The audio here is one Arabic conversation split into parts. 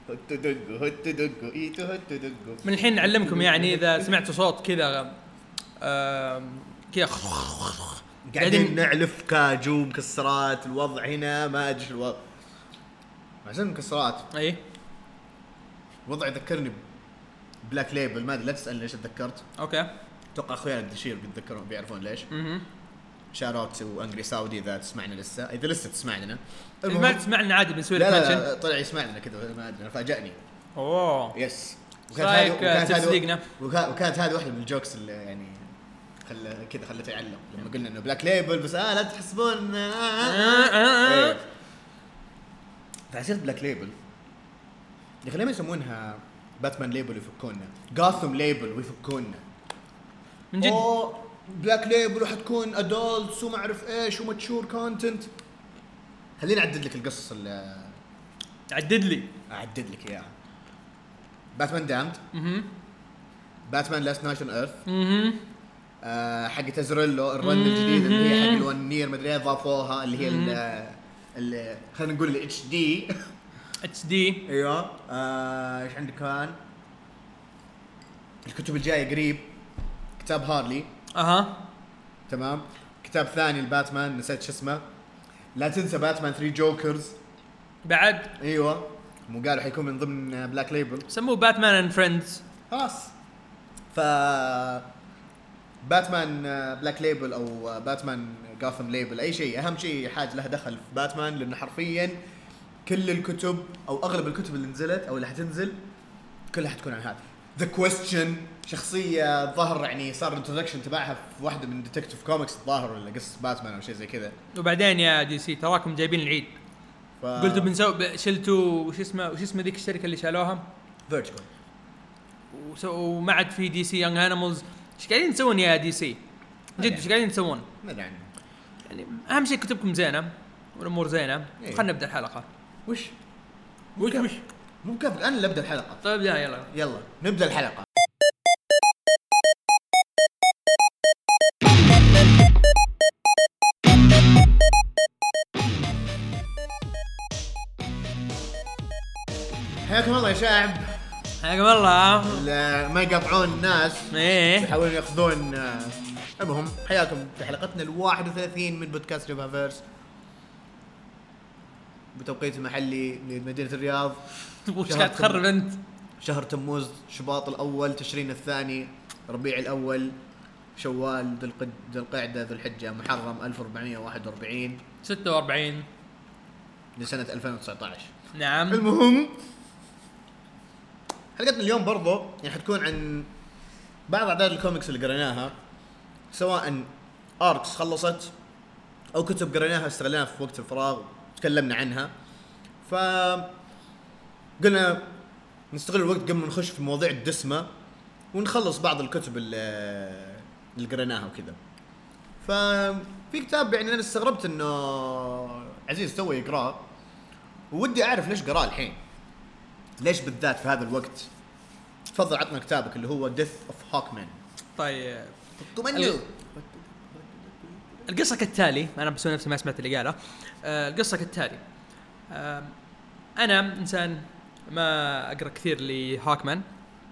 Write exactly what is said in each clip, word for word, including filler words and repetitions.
هوت دوغو هوت دوغو ايتو هوت دوغو. من الحين نعلمكم يعني اذا سمعتوا صوت كذا كذا قاعدين نعلف كاجو مكسرات. الوضع هنا ما ادري الوضع عشان مكسرات. اي الوضع يذكرني بلاك ليبل. ما ادري لا تسالني ليش اتذكرت. اوكي اتوقع اخويا الدشير بيتذكرون بيعرفون ليش. اها شاروت وانجري سعودي اذا تسمعنا لسه اذا لسه تسمعنا. ما تسمعنا عادي بنسوي لك لا منشن. لا طلع يسمعنا كذا ما ادري فاجأني. اوه يس. وكانت هذه وكانت هذه واحده من الجوكس اللي يعني خلى كذا خلته يعلم لما قلنا انه بلاك ليبل بس اه لا تحسبون آه آه آه. فعسير بلاك ليبل يا اخي ليه ما يسمونها باتمان ليبل ويفكونا غاثم ليبل ويفكونا من جد بلاك ليبل وحتكون ادولتس وما اعرف ايش وماتشور كونتنت. خليني اعدد لك القصص اللي عدد لي اعدد لك اياها. باتمان دامد اها باتمان لاست نايت اون ايرث اها آه حق تزريلو الرن الجديد اللي هي حق الون نير مدري اضافوها اللي هي اللي خلينا نقول الاتش دي اتش دي. ايوه ايش عندك كان الكتب الجايه قريب كتاب هارلي. اها تمام. كتاب ثاني الباتمان نسيت شو اسمه. لا تنسى باتمان ثري جوكرز بعد. ايوه مو قالوا حيكون من ضمن بلاك ليبل. سموه باتمان اند فريندز خلاص. ف باتمان بلاك ليبل او باتمان غاثم ليبل اي شيء اهم شيء حاجه لها دخل في باتمان لانه حرفيا كل الكتب او اغلب الكتب اللي نزلت او اللي حتنزل كلها حتكون عن هذا. ذا كويستشن شخصيه ظهر يعني صار الانترودكشن تبعها في واحده من ديتكتيف كوميكس الظاهر ولا قصه باتمان او شيء زي كذا. وبعدين يا دي سي تراكم جايبين العيد ف... قلتوا بنسوي شلتوا وش اسمه وش اسمه ذيك الشركه اللي شالوها فيرتيكال وسووا ما عاد في دي سي يانج انيمالز. ايش قاعدين تسوون يا دي سي جد ايش قاعدين تسوون؟ ما ادري عنه يعني اهم شيء كتبكم زينه والامور زينه. إيه. خلينا نبدا الحلقه. وش وش وش مو كيف انا اللي ابدا الحلقه. طيب يلا يلا يلا نبدا الحلقه. حياكم الله يا شعب. حياكم الله. ما يقطعون الناس ايه يحاولون ياخذون. المهم حياكم في حلقتنا الواحد وثلاثين من بودكاست جبهة فيرس بتوقيت المحلي لمدينة الرياض. وش قاعد تخرب انت؟ شهر تموز شباط الأول تشرين الثاني ربيع الأول شوال ذو القعدة ذو الحجة محرم ألف وأربعمية وواحد وأربعين ستة وأربعين لسنة ألفين وتسعة عشر. نعم. المهم حلقتنا اليوم برضو يعني حتكون عن بعض أعداد الكوميكس اللي قريناها سواء آركس خلصت أو كتب قريناها استغلناها في وقت الفراغ وتكلمنا عنها. فقلنا نستغل الوقت قبل ما نخش في مواضيع الدسمة ونخلص بعض الكتب اللي اللي قريناها وكذا. ففي كتاب يعني أنا استغربت إنه عزيز توه يقرأ وودي أعرف ليش قرأ الحين ليش بالذات في هذا الوقت. تفضل عطنا كتابك اللي هو Death of Hawkman. طيب ال... القصة كالتالي. أنا بسوي نفسي ما سمعت اللي قاله. آه القصة كالتالي. آه أنا إنسان ما أقرأ كثير لهاكمان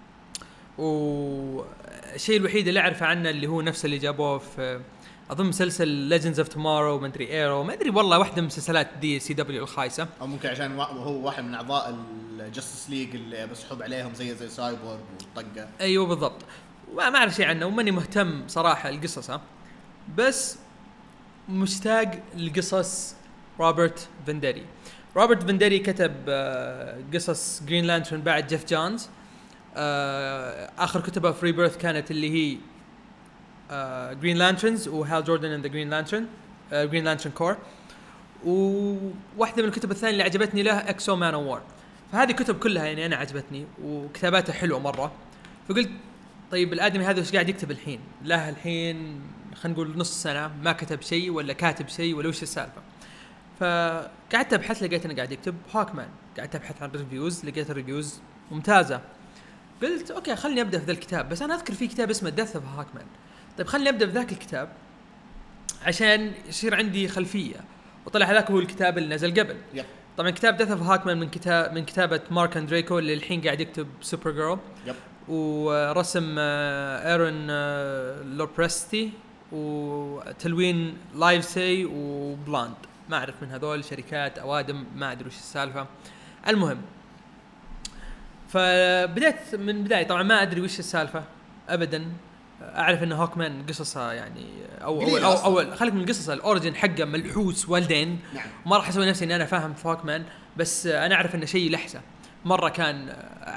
والشيء الوحيد اللي أعرفه عنه اللي هو نفس اللي جابوه في أظن مسلسل Legends of Tomorrow ما أدري إيرو ما أدري والله واحدة من مسلسلات دي سي دبليو الخايسة أو ممكن عشان هو واحد من أعضاء الجاستس ليج اللي بسحب عليهم زي زي سايبورغ والطقة. أيوة بالضبط. وما أعرف شيء عنه وماني مهتم صراحة القصص بس مشتاق لقصص روبرت فيندري. روبرت فيندري كتب قصص جرين لانترن بعد جيف جونز. آخر كتبه في ريبيرث كانت اللي هي جرين لانترنز وهال جوردن اند ذا جرين لانترن جرين لانترن كور. وواحدة من الكتب الثانية اللي عجبتني له اكسو مان وور. فهذه كتب كلها يعني أنا عجبتني وكتاباتها حلوة مرة. فقلت طيب الآدمي هذا وش قاعد يكتب الحين؟ لا الحين خلينا نقول نص سنة ما كتب شيء ولا كاتب شيء ولا وش السالفة. فقعدت أبحث لقيت أنا قاعد يكتب هاكمان. قعدت أبحث عن ريفيوز لقيت الريفيوز ممتازة. قلت أوكي خلني أبدأ في ذا الكتاب بس أنا أذكر في كتاب اسمه Death of Hawkman. طيب خلني أبدأ في ذاك الكتاب عشان يصير عندي خلفية. وطلع هذاك هو الكتاب اللي نزل قبل. طبعا كتاب ديث اوف هاكمان من كتاب من كتابه مارك اندريكو اللي الحين قاعد يكتب سوبر جيرل. يب. ورسم آه، ايرون آه، لوبرستي، وتلوين لايفسي وبلاند. ما اعرف من هذول شركات اوادم، ما ادري وش السالفه. المهم فبدأت من بداية طبعا ما ادري وش السالفه ابدا. اعرف ان هوكمان قصصها يعني او اول او اول خليك من القصص الاوريجن حقه ملحوس والدين. نعم. ما راح اسوي نفسي ان انا فاهم في هوكمان، بس انا اعرف انه شيء لحسه مره. كان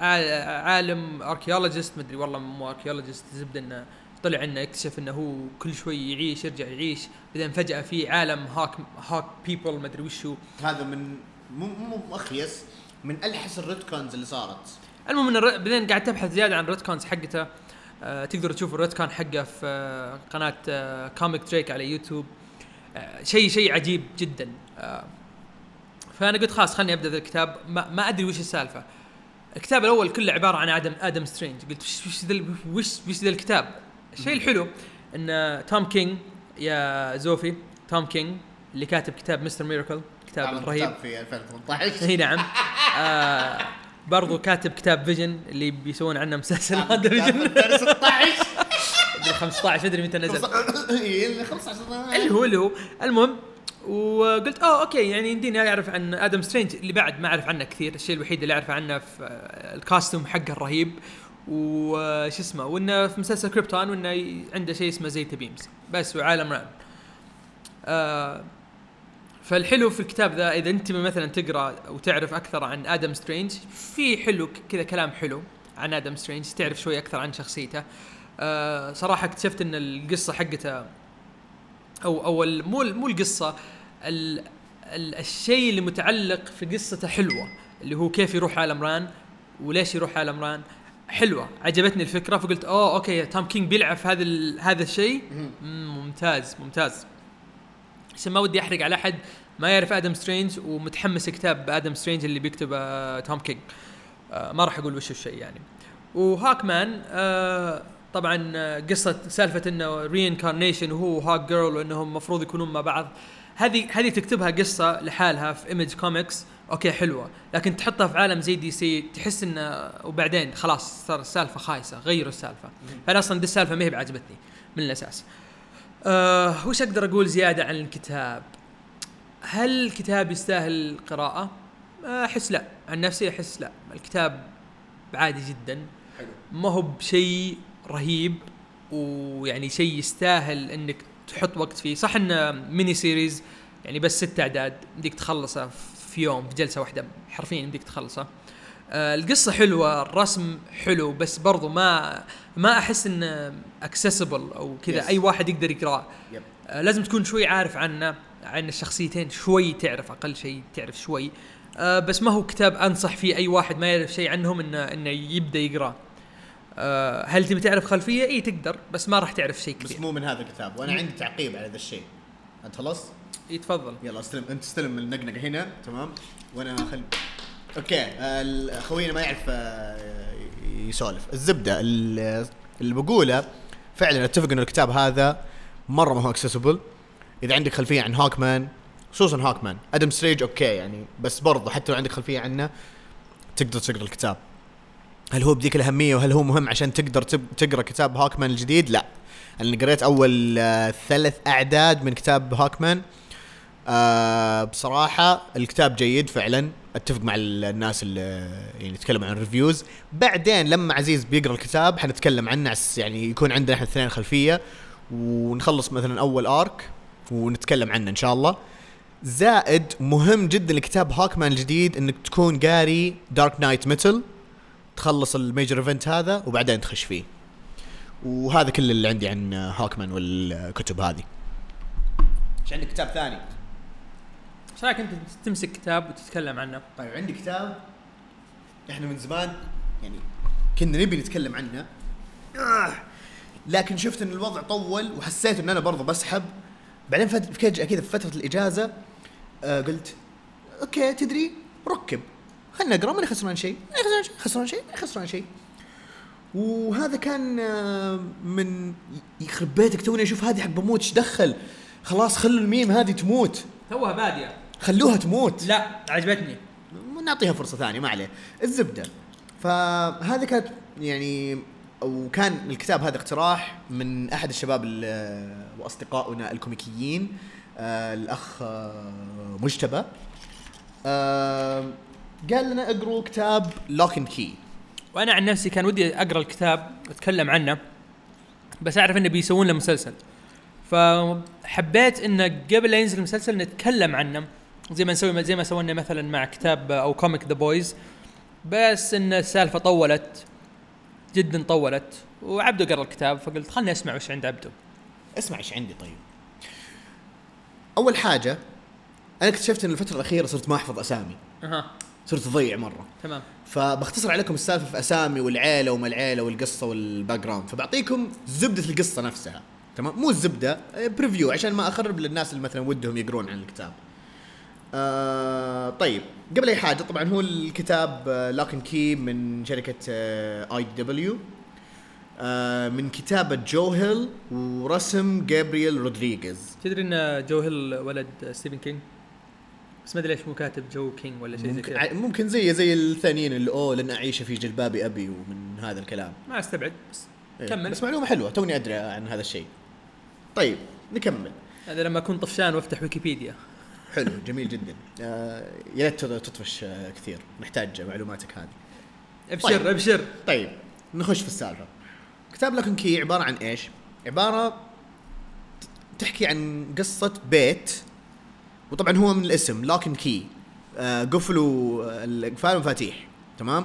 عالم اركيولوجيست، مدري والله مو اركيولوجيست، زبد انه طلع انه اكتشف انه هو كل شوي يعيش يرجع يعيش، بعدين فجاه في عالم هاك هاك بيبل مدري وشو. هذا من مو مو مؤخيس من الحس الريتكونز اللي صارت. المهم من الر... بعدين قاعد تبحث زياده عن الريتكونز حقته. آه تقدروا تشوفوا الريتكون حقه في آه قناه آه كوميك دريك على يوتيوب. آه شيء شيء عجيب جدا. آه فانا قلت خلاص خلني ابدا ذا الكتاب. ما, ما ادري وش السالفه. الكتاب الاول كله عباره عن ادم ادم سترينج. قلت وش وش ذا وش وش ذا الكتاب. الشيء الحلو ان توم كينج يا زوفي، توم كينج اللي كاتب كتاب مستر ميراكل، كتاب رهيب في ألفين وثمانية عشر. اي نعم. آه برضو كاتب كتاب فيجن اللي بيسوون عنه مسلسل هذا فيجن ألفين وستة عشر خمسة عشر ادري متى نزل. اي خمسة عشر اللي هو اللي هو المهم. وقلت اه اوكي يعني يمديني اعرف عن ادم سترينج اللي بعد ما اعرف عنه كثير. الشيء الوحيد اللي اعرف عنه في الكاستوم حقه الرهيب وش اسمه، وانه في مسلسل كريبتون، وانه عنده شيء اسمه زيتا بيمز بس، وعالم رعب. آه فالحلو في الكتاب ذا اذا انت مثلا تقرا وتعرف اكثر عن ادم سترينج، في حلو كذا كلام حلو عن ادم سترينج، تعرف شوي اكثر عن شخصيته. آه صراحه اكتشفت ان القصه حقته او او مو مو القصه ال ال الشيء اللي متعلق في قصته حلوه، اللي هو كيف يروح عالم ران وليش يروح عالم ران. حلوه، عجبتني الفكره. فقلت اوه اوكي توم كينج بيلعب في هذا هذا الشيء. ممتاز ممتاز. عشان ما ودي احرق على احد ما يعرف ادم سترينج ومتحمس كتاب ادم سترينج اللي بيكتب آه توم كينج. آه ما راح اقول وش الشيء يعني. وهاكمان آه طبعا قصه سالفه انه رينكارنيشن وهو هاك جيرل وانهم مفروض يكونون مع بعض. هذه هذه تكتبها قصه لحالها في ايمج كوميكس اوكي حلوه، لكن تحطها في عالم زي دي سي تحس انه وبعدين خلاص صار السالفه خايسه، غيروا السالفه. فانا اصلا دي السالفه ما هي بعجبتني من الاساس. أه وش اقدر اقول زياده عن الكتاب؟ هل الكتاب يستاهل القراءه؟ احس لا، عن نفسي احس لا. الكتاب عادي جدا، حلو، ما هو بشيء رهيب، ويعني شيء يستاهل انك تحط وقت فيه. صح انه ميني سيريز يعني بس ستة اعداد بدك تخلصها في يوم في جلسه واحده حرفيا بدك تخلصها. آه القصه حلوه، الرسم حلو، بس برضو ما ما احس انه اكسسبل او كذا اي واحد يقدر يقراه. آه لازم تكون شوي عارف عنه عن الشخصيتين، شوي تعرف، اقل شيء تعرف شوي. آه بس ما هو كتاب انصح فيه اي واحد ما يعرف شيء عنهم انه انه يبدا يقراه. أه هل تبي تعرف خلفيه؟ اي تقدر، بس ما راح تعرف شيء كثير. بس مو من هذا الكتاب. وانا عندي تعقيب على هذا الشيء. انت خلص؟ اي تفضل. يلا استلم، انت استلم النقنقه هنا تمام، وانا خل اوكي. آه خوينا ما يعرف آه يسولف. الزبده اللي بقوله فعلا اتفق انه الكتاب هذا مره ما هو اكسسبل. اذا عندك خلفيه عن هاكمان، خصوصا هاكمان، ادم سترينج اوكي يعني، بس برضه حتى لو عندك خلفيه عنه تقدر تقرا الكتاب. هل هو بديك الأهمية وهل هو مهم عشان تقدر تقرأ كتاب هاكمان الجديد؟ لا. أنا قريت أول آه ثلاث أعداد من كتاب هاكمان. آه بصراحة الكتاب جيد فعلا، أتفق مع الناس اللي يعني يتكلموا عن الريفيوز. بعدين لما عزيز بيقرأ الكتاب حنتكلم عنه، يعني يكون عندنا إحنا الاثنين خلفية ونخلص مثلا أول آرك ونتكلم عنه إن شاء الله. زائد مهم جدا لكتاب هاكمان الجديد إنك تكون قاري دارك نايت ميتل، تخلص الميجر ايفنت هذا وبعدين تخش فيه. وهذا كل اللي عندي عن هاكمان والكتب هذه. ايش عندك كتاب ثاني؟ ايش رايك انت تمسك كتاب وتتكلم عنه؟ طيب عندي كتاب احنا من زمان يعني كنا نبي نتكلم عنه، آه. لكن شفت ان الوضع طول وحسيت ان انا برضه بسحب. بعدين فجأة كذا في فترة الاجازة آه قلت اوكي تدري ركب خلنا نقرأ، ما خسران شيء خسران شيء خسران شيء. وهذا كان من يخرب بيتك توني اشوف هذه حق بموت، ايش دخل؟ خلاص خلوا الميم هذه تموت، توها باديه. خلوها تموت. لا عجبتني. نعطيها فرصة ثانية ما عليه. الزبدة فهذه كانت يعني أو كان الكتاب هذا اقتراح من أحد الشباب وأصدقائنا الكوميكيين آه الأخ آه مجتبى آه قال لنا اقروا كتاب لوك اند كي. وأنا عن نفسي كان ودي أقرأ الكتاب وأتكلم عنه بس أعرف إنه بيسوون له مسلسل فحبيت إنه قبل لا ينزل المسلسل نتكلم عنه زي ما نسوي زي ما سوينا مثلا مع كتاب أو كوميك ذا بويز بس إن السالفة طولت جدا طولت وعبده قرأ الكتاب فقلت خلني أسمع وش عند عبده. اسمع ايش عندي. طيب اول حاجه انا اكتشفت ان الفتره الاخيره صرت ما احفظ اسامي. اها صرت اضيع مره. تمام. فبختصر عليكم السالفه في اسامي والعيله وما العيله والقصه والباك جراوند فبعطيكم زبده القصه نفسها. تمام مو الزبده بريفيو عشان ما اخرب للناس اللي مثلا ودهم يقرون عن الكتاب. آه طيب قبل اي حاجه طبعا هو الكتاب لوك اند كي من شركه اي دبليو آه من كتابة جو هيل ورسم جابرييل رودريغيز. تدري ان جو هيل ولد ستيفن كينج بس ما ادري ليش مو كاتب جو كينج ولا شيء زي كذا. ممكن زي زي الثانيين اللي اوه لن اعيش في جلباب ابي ومن هذا الكلام ما استبعد بس إيه. كمل. بس معلومة حلوة توني ادري عن هذا الشيء. طيب نكمل. هذا لما اكون طفشان وافتح ويكيبيديا. حلو جميل جدا. آه يا ريت تطفش آه كثير نحتاج معلوماتك هذه. ابشر طيب. ابشر. طيب نخش في السالفة. كتاب لوك اند كي عبارة عن ايش؟ عبارة تحكي عن قصة بيت وطبعا هو من الاسم لوك اند كي آه قفلوا القفال ومفاتيح. تمام.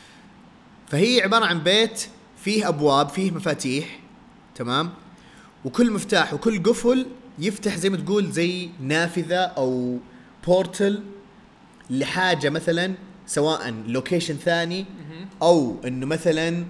فهي عبارة عن بيت فيه ابواب فيه مفاتيح. تمام. وكل مفتاح وكل قفل يفتح زي ما تقول زي نافذة او بورتل لحاجة مثلا سواء لوكيشن ثاني او انه مثلا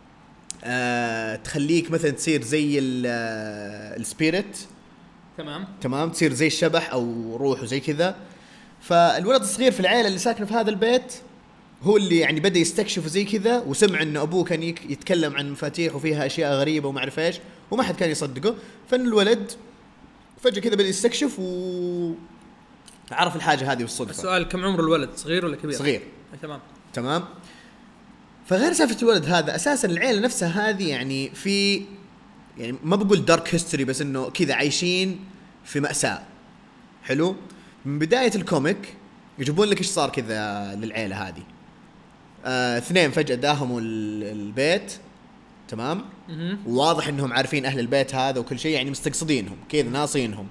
آه تخليك مثلا تصير زي السبيريت. تمام تمام تصير زي الشبح او روح وزي كذا. فالولد الصغير في العائله اللي ساكنه في هذا البيت هو اللي يعني بدا يستكشف زي كذا وسمع ان ابوه كان يتكلم عن مفاتيح وفيها اشياء غريبه وما اعرف ايش وما حد كان يصدقه. فان الولد فجاه كذا بدا يستكشف وعرف الحاجه هذه بالصدفه. السؤال كم عمر الولد صغير ولا كبير؟ صغير. تمام تمام. فغير سالفة الولد هذا أساساً العيلة نفسها هذه يعني في يعني ما بقول دارك هيستوري بس إنه كذا عايشين في مأساة. حلو. من بداية الكوميك يجيبون لك إيش صار كذا للعيلة هذه. آه، اثنين فجأة داهموا البيت. تمام. وواضح إنهم عارفين أهل البيت هذا وكل شيء يعني مستقصدينهم كذا ناصينهم.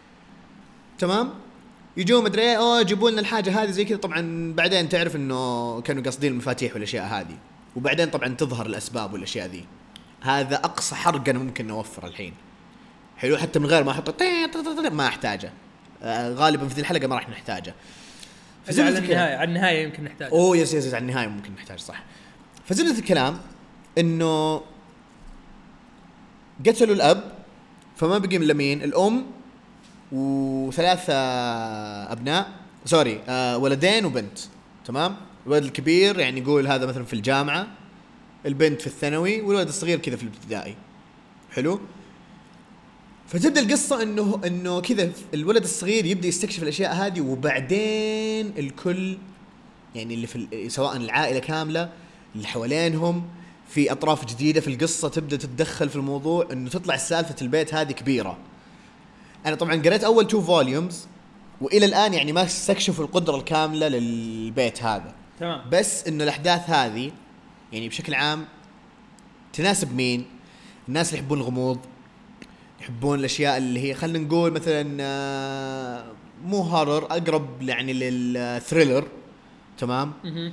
تمام. يجوا مدري اوه جيبوا لنا الحاجه هذه زي كذا. طبعا بعدين تعرف انه كانوا قاصدين المفاتيح والاشياء هذه وبعدين طبعا تظهر الاسباب والاشياء ذي. هذا اقصى حرق انا ممكن نوفر الحين. حلو حتى من غير ما احط ما احتاجه. آه غالبا في ذي الحلقه ما راح نحتاجه. على النهايه على النهايه يمكن نحتاجه. اوه يس يس على النهايه ممكن نحتاج صح. فزبدة الكلام انه قتلوا الاب فما بقي من لمين الام وثلاثة أبناء سوري آه ولدين وبنت. تمام. الولد الكبير يعني يقول هذا مثلا في الجامعة البنت في الثانوي والولد الصغير كذا في الابتدائي. حلو. فتبدأ القصة إنه إنه كذا الولد الصغير يبدأ يستكشف الأشياء هذه وبعدين الكل يعني اللي في سواء العائلة كاملة اللي حوالينهم في أطراف جديدة في القصة تبدأ تتدخل في الموضوع إنه تطلع سالفة البيت هذه كبيرة. أنا طبعاً قرأت أول تو فوليومز وإلى الآن يعني ما استكشفوا القدرة الكاملة للبيت هذا. تمام. بس إنه الأحداث هذه يعني بشكل عام تناسب مين؟ الناس اللي يحبون الغموض يحبون الأشياء اللي هي خلنا نقول مثلاً مو هارر أقرب يعني للثريلر. تمام.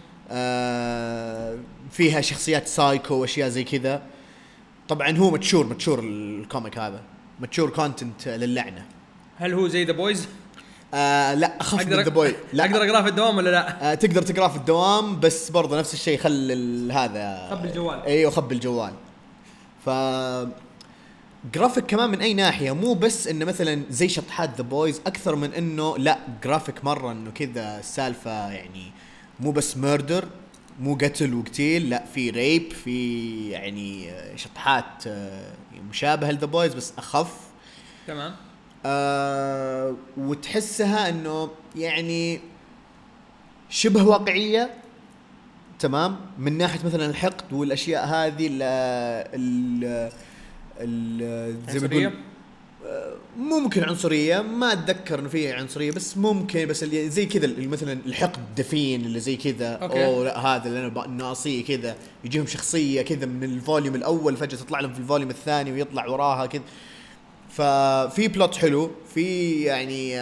آه فيها شخصيات سايكو وأشياء زي كذا. طبعاً هو متشور متشور الكوميك هذا متشور كونتنت للعنة. هل هو زي ذا بويز؟ آه لا أخف من ذا بويز. لا أقدر أقرأ في الدوام ولا لا؟ آه تقدر تقرأ في الدوام بس برضه نفس الشيء خل هذا خب الجوال. أيوه خب الجوال. ف جرافيك كمان من أي ناحية مو بس إنه مثلا زي شطحات ذا بويز أكثر من إنه لا جرافيك مرة إنه كذا السالفة يعني مو بس ميردر مو قتل وقتيل لا في ريب في يعني شطحات مشابهة لذا بويز بس أخف. تمام. آه وتحسها انه يعني شبه واقعيه، تمام، من ناحيه مثلا الحقد والاشياء هذه ال ال ال زي ما يقول ممكن عنصريه، ما اتذكر انه في عنصريه بس ممكن، بس اللي زي كذا اللي مثلا الحقد الدفين اللي زي كذا، او لا هذا اللي انا ناصيه كذا، يجيهم شخصيه كذا من الفوليوم الاول فجاه تطلع لهم في الفوليوم الثاني ويطلع وراها كذا. ففي بلوت حلو، في يعني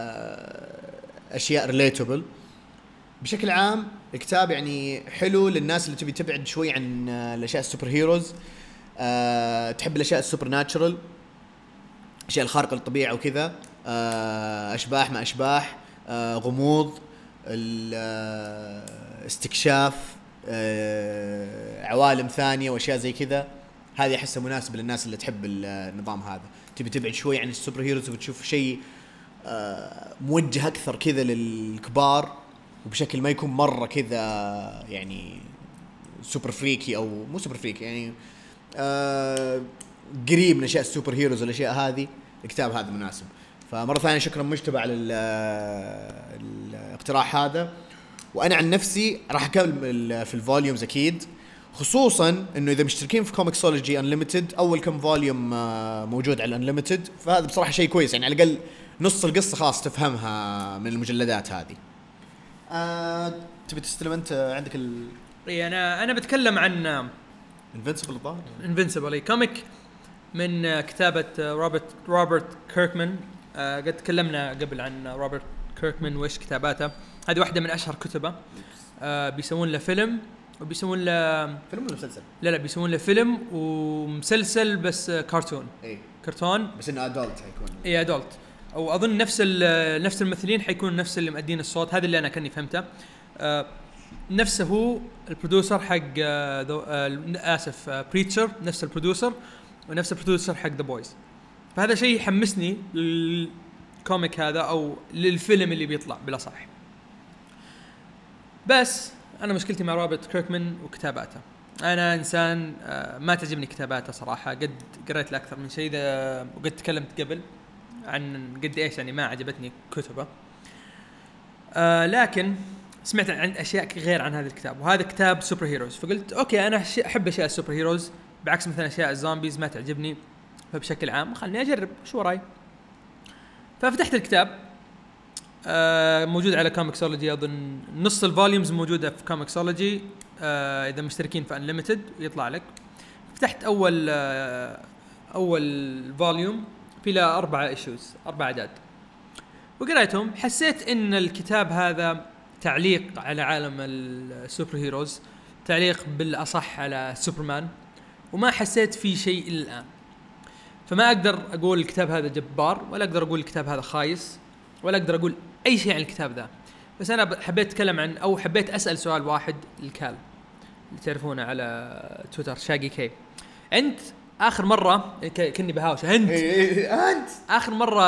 اشياء ريليتابل بشكل عام. الكتاب يعني حلو للناس اللي تبي تبعد شوي عن الاشياء السوبر هيروز، أه تحب الاشياء السوبر ناتشرال، الاشياء الخارقه للطبيعه وكذا، أه اشباح ما اشباح، أه غموض، استكشاف، أه عوالم ثانيه واشياء زي كذا. هذه احسها مناسبه للناس اللي تحب النظام هذا، تبي تبعد شوي عن السوبر هيروز وتشوف شيء أه موجه اكثر كذا للكبار، وبشكل ما يكون مرة كذا يعني سوبر فريكي أو مو سوبر فريكي، يعني آه قريب من أشياء السوبر هيروز والأشياء هذه. الكتاب هذا مناسب. فمرة ثانية شكرا مجتبى على الاقتراح هذا، وأنا عن نفسي راح أكمل في الفوليومز أكيد، خصوصا إنه إذا مشتركين في كوميكسولوجي أنليمتد أول كم فوليوم موجود على الأنليمتد، فهذا بصراحة شيء كويس، يعني على الأقل نص القصة خلاص تفهمها من المجلدات هذه. آه، تبي تستلم انت عندك ال اي انا انا بتكلم عن انفنسبل الظاهر انفنسبل اي كوميك من كتابه روبرت روبرت كيركمان. آه قد تكلمنا قبل عن روبرت كيركمان وايش كتاباته. هذه واحده من اشهر كتبه. آه بيسوون له فيلم وبيسوون له فيلم ولا مسلسل؟ لا لا بيسوون له فيلم ومسلسل بس كرتون. اي كرتون بس انه ادولت حيكون. اي ادولت، او اظن نفس نفس الممثلين حيكونوا نفس اللي مؤدين الصوت. هذا اللي انا كني فهمته. آه نفسه هو البرودوسر حق آه آه اسف آه بريتشر، نفس البرودوسر ونفس البرودوسر حق ذا بويز. فهذا شيء يحمسني للكوميك هذا او للفيلم اللي بيطلع بلا صح. بس انا مشكلتي مع روبرت كيركمان وكتاباته. انا انسان آه ما تعجبني كتاباته صراحه. قد قريت له اكثر من شيء ذا، وقد تكلمت قبل عن قد ايش يعني ما عجبتني كتبه. آه لكن سمعت عن اشياء غير عن هذا الكتاب، وهذا كتاب سوبر هيروز، فقلت اوكي انا احب اشياء السوبر هيروز بعكس مثلا اشياء الزومبيز ما تعجبني، فبشكل عام خلني اجرب شو راي. ففتحت الكتاب. آه موجود على كوميكسولوجي، اظن نص الفوليومز موجوده في كوميكسولوجي. آه اذا مشتركين في انليمتد يطلع لك. فتحت اول آه اول فوليوم في له أربعة إيشوز، أربع أعداد، وقرأتهم. حسيت إن الكتاب هذا تعليق على عالم السوبر هيروز، تعليق بالأصح على سوبرمان، وما حسيت فيه شيء إلى الآن. فما أقدر أقول الكتاب هذا جبار، ولا أقدر أقول الكتاب هذا خايس، ولا أقدر أقول أي شيء عن الكتاب ذا. بس أنا حبيت أتكلم عن أو حبيت أسأل سؤال واحد الكال اللي تعرفونه على تويتر شاقي كي. أنت آخر مرة كني بهاوشة أنت أنت آخر مرة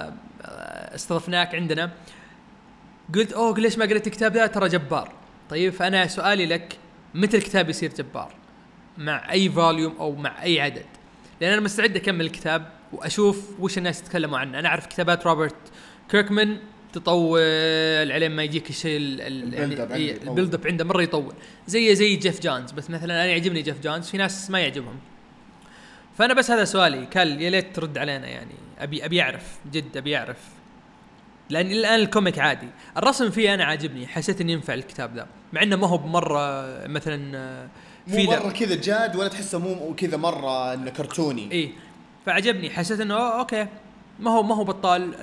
استضفناك عندنا قلت أوه ليش ما قرأت الكتاب ذا ترى جبار. طيب فأنا سؤالي لك، متى الكتاب يصير جبار؟ مع أي فوليوم أو مع أي عدد؟ لأن أنا مستعد أكمل الكتاب وأشوف وش الناس يتكلموا عنه. أنا أعرف كتابات روبرت كيركمان تطول على ما يجيك الشيء البيلد اب عنده مرة يطول، زي زي جيف جونز. بس مثلا أنا يعجبني جيف جونز، في ناس ما يعجبهم. فأنا بس هذا سؤالي كال، يا ليت ترد علينا يعني. أبي أبي أعرف جد، أبي أعرف، لأن الآن الكوميك عادي، الرسم فيه أنا عاجبني، حسيت إني ينفع الكتاب ذا، مع إنه ما هو بمرة مثلا مو مرة كذا جاد، ولا تحسه مو كذا مرة إنه كرتوني. إيه فعجبني، حسيت إنه أوكي ما هو ما هو بطال.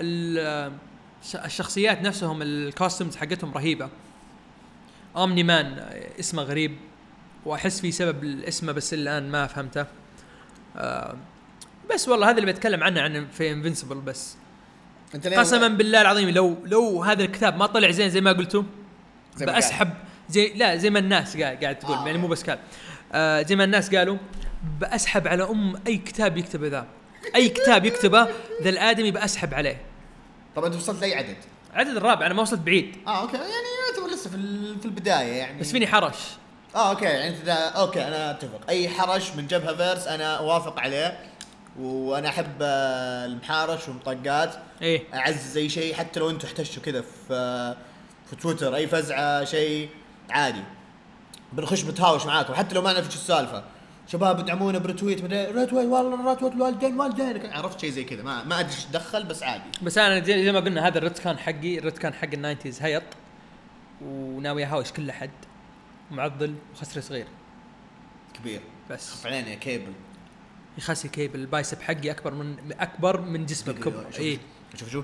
الشخصيات نفسهم الكاستمز حقتهم رهيبة. أومني مان اسمه غريب، وأحس في سبب الاسم بس الآن ما فهمته. آه بس والله هذا اللي بتكلم عنه عن في انفنسبل. بس قسما بالله العظيم لو لو هذا الكتاب ما طلع زين زي ما قلتوا بأسحب زي لا زي ما الناس قاعد تقول آه. يعني مو بس قال آه زي ما الناس قالوا بأسحب على أم أي كتاب يكتبه ذا، أي كتاب يكتبه ذا الآدمي بأسحب عليه. طب أنت وصلت لأي عدد؟ عدد الرابع، أنا ما وصلت بعيد. آه أوكي، يعني يعتبر لسه في في البداية يعني، بس فيني حرش. اه اوكي يعني انت اوكي انا اتفق، اي حرش من جبهه فيرس انا اوافق عليه. وانا احب آه، المحارش والمطقات. ايه اعز اي شيء حتى لو انتم احتشوا كذا في في تويتر اي فزعه شيء عادي بنخش بتهاوش معاكم حتى لو ما نعرف ايش السالفه. شباب ادعمونا برتويت رتويت والله رتويت الوالدين والدينك عرفت شيء زي كذا ما ما ادري ايش دخل بس عادي. بس انا زي زي ما قلنا هذا الرت كان حقي الرت كان حق الناينتيز هيط وناوي اهاوش كل احد معضل وخسر صغير كبير بس خف علينا يا كيبل يخسي كيبل البايسب حقي اكبر من اكبر من جسمه كبر. ايه شوف شوف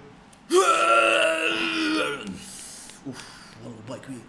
اوف والله باي كبير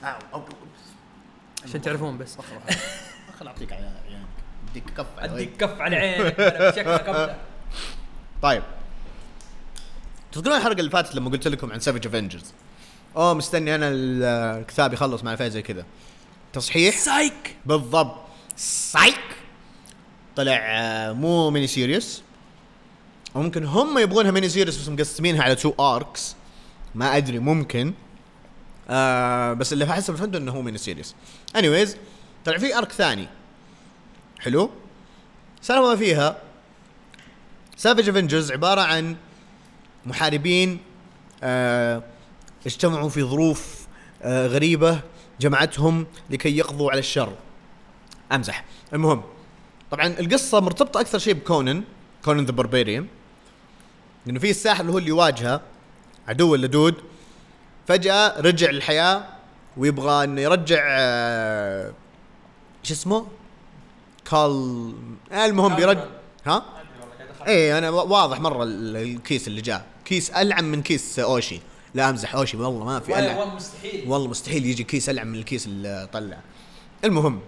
عشان تعرفون بس خل اعطيك على عيانك اديك كف على اديك كف على عينك أنا بشكلك ابدا. طيب تذكرون الحلقه اللي فاتت لما قلت لكم عن سافيج افنجرز اوه مستني انا الكتاب يخلص مع فايز زي كذا تصحيح سايك بالضبط سايك طلع آه، مو ميني سيريس او ممكن هم يبغونها ميني سيريس بس مقسمينها على تو اركس ما ادري ممكن آه بس اللي حسب فهمت انه هو ميني سيريس. anyways طلع في ارك ثاني حلو سالفه ما فيها سافيج افنجرز عباره عن محاربين آه اجتمعوا في ظروف آه غريبه جمعتهم لكي يقضوا على الشر. امزح. المهم طبعا القصه مرتبطه اكثر شيء بكونن كونن ذا باربيريان لانه في الساحر اللي هو اللي يواجهه عدو اللدود فجاه رجع للحياه ويبغى انه يرجع آه شو اسمه كال آه المهم بيرجع ها ايه انا واضح مره الكيس اللي جاء كيس العن من كيس اوشي. لا امزح اوشي والله ما في العن والله مستحيل والله مستحيل يجي كيس العن من الكيس اللي طلع. المهم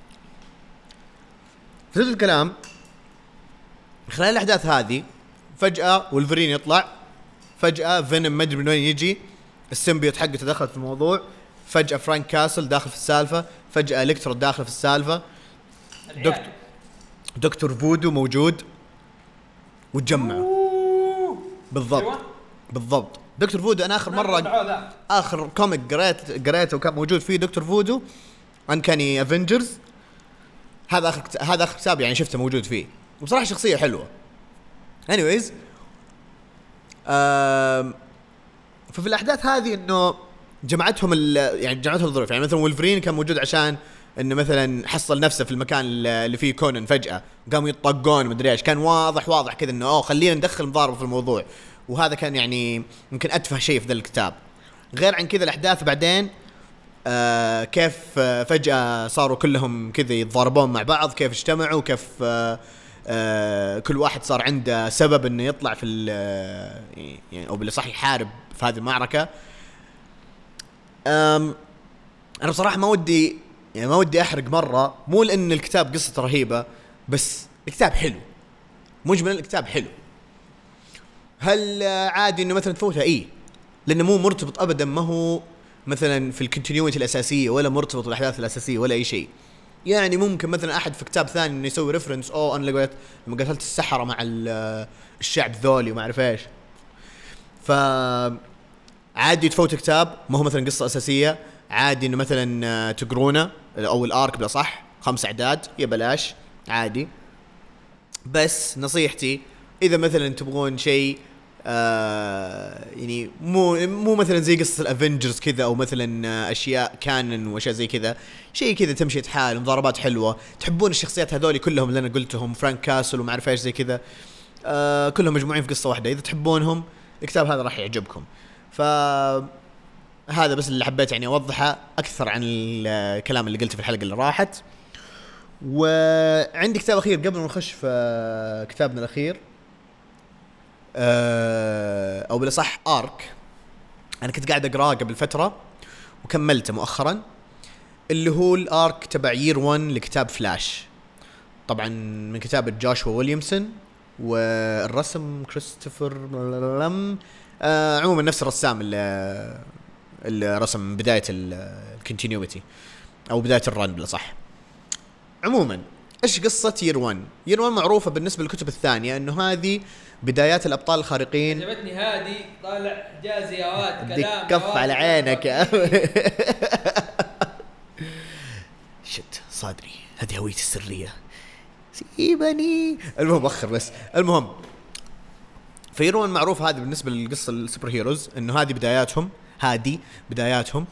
في الكلام خلال الاحداث هذه فجاه ولفرين يطلع فجاه فينوم ما ادري من وين يجي السيمبيوت حقه تدخل في الموضوع فجاه فرانك كاسل داخل في السالفه فجاه الكترو داخل في السالفه دكتور دكتور فودو موجود وتجمع بالضبط بالضبط. دكتور فودو انا اخر مره اخر كوميك قريت قريته وكان موجود فيه دكتور فودو انكاني افنجرز هذا اخر هذا اخر كتاب يعني شفته موجود فيه وبصراحه شخصيه حلوه. anyways آم ففي الاحداث هذه انه جمعتهم يعني جمعتهم الظروف يعني مثلا وولفرين كان موجود عشان انه مثلا حصل نفسه في المكان اللي فيه كونن فجاه قاموا يطقون مدري ايش كان واضح واضح كذا انه اوه خلينا ندخل مضاربه في الموضوع وهذا كان يعني يمكن اتفه شيء في ذا الكتاب. غير عن كذا الاحداث بعدين آه كيف آه فجاه صاروا كلهم كذا يتضاربون مع بعض كيف اجتمعوا كيف آه آه كل واحد صار عنده سبب انه يطلع في يعني او بالصح يحارب في هذه المعركه. انا بصراحه ما ودي يعني ما ودي احرق مره مو لان الكتاب قصته رهيبه بس الكتاب حلو مجمل الكتاب حلو. هل عادي انه مثلا تفوتها ايه لانه مو مرتبط ابدا ما هو مثلا في الكونتينيوتي الاساسيه ولا مرتبط بالاحداث الاساسيه ولا اي شيء. يعني ممكن مثلا احد في كتاب ثاني انه يسوي ريفرنس او انا لقيت لما قتلت السحرة مع الشعب ذولي وما اعرف ايش ف عادي تفوت كتاب ما هو مثلا قصه اساسيه عادي انه مثلا تقرونه او الارك بلا صح خمس اعداد يا بلاش عادي. بس نصيحتي اذا مثلا تبغون شيء آه يعني مو مو مثلا زي قصه الافنجرز كذا او مثلا اشياء كانن واشياء زي كذا شيء كذا تمشي حال مضاربات حلوه تحبون الشخصيات هذولي كلهم اللي انا قلتهم فرانك كاسل وما اعرف ايش زي كذا آه كلهم مجموعين في قصه واحده اذا تحبونهم الكتاب هذا راح يعجبكم. ف هذا بس اللي حبيت يعني اوضحه اكثر عن الكلام اللي قلته في الحلقه اللي راحت. وعندي كتاب اخير قبل ما نخش في كتابنا الاخير او بالاصح ارك انا كنت قاعد اقراه قبل فتره وكملته مؤخرا اللي هو الارك تبع يير واحد لكتاب فلاش طبعا من كتابة جاشوا ويليامسون والرسم كريستوفر لم آه عموما نفس الرسام اللي, اللي رسم بداية الكونتينيوتي او بداية الرن بلا صح. عموما ايش قصة يير واحد؟ يير واحد معروفة بالنسبة للكتب الثانية انه هذه بدايات الابطال الخارقين. عجبتني هذه طالع جازي يا واد كلام كف على عينك يا شت صادري هذه هويتي السرية سيبني. المهم أخر بس. المهم فيرون معروف هذه بالنسبة للقصة السوبر هيروز إنه هذه بداياتهم، هذه بداياتهم.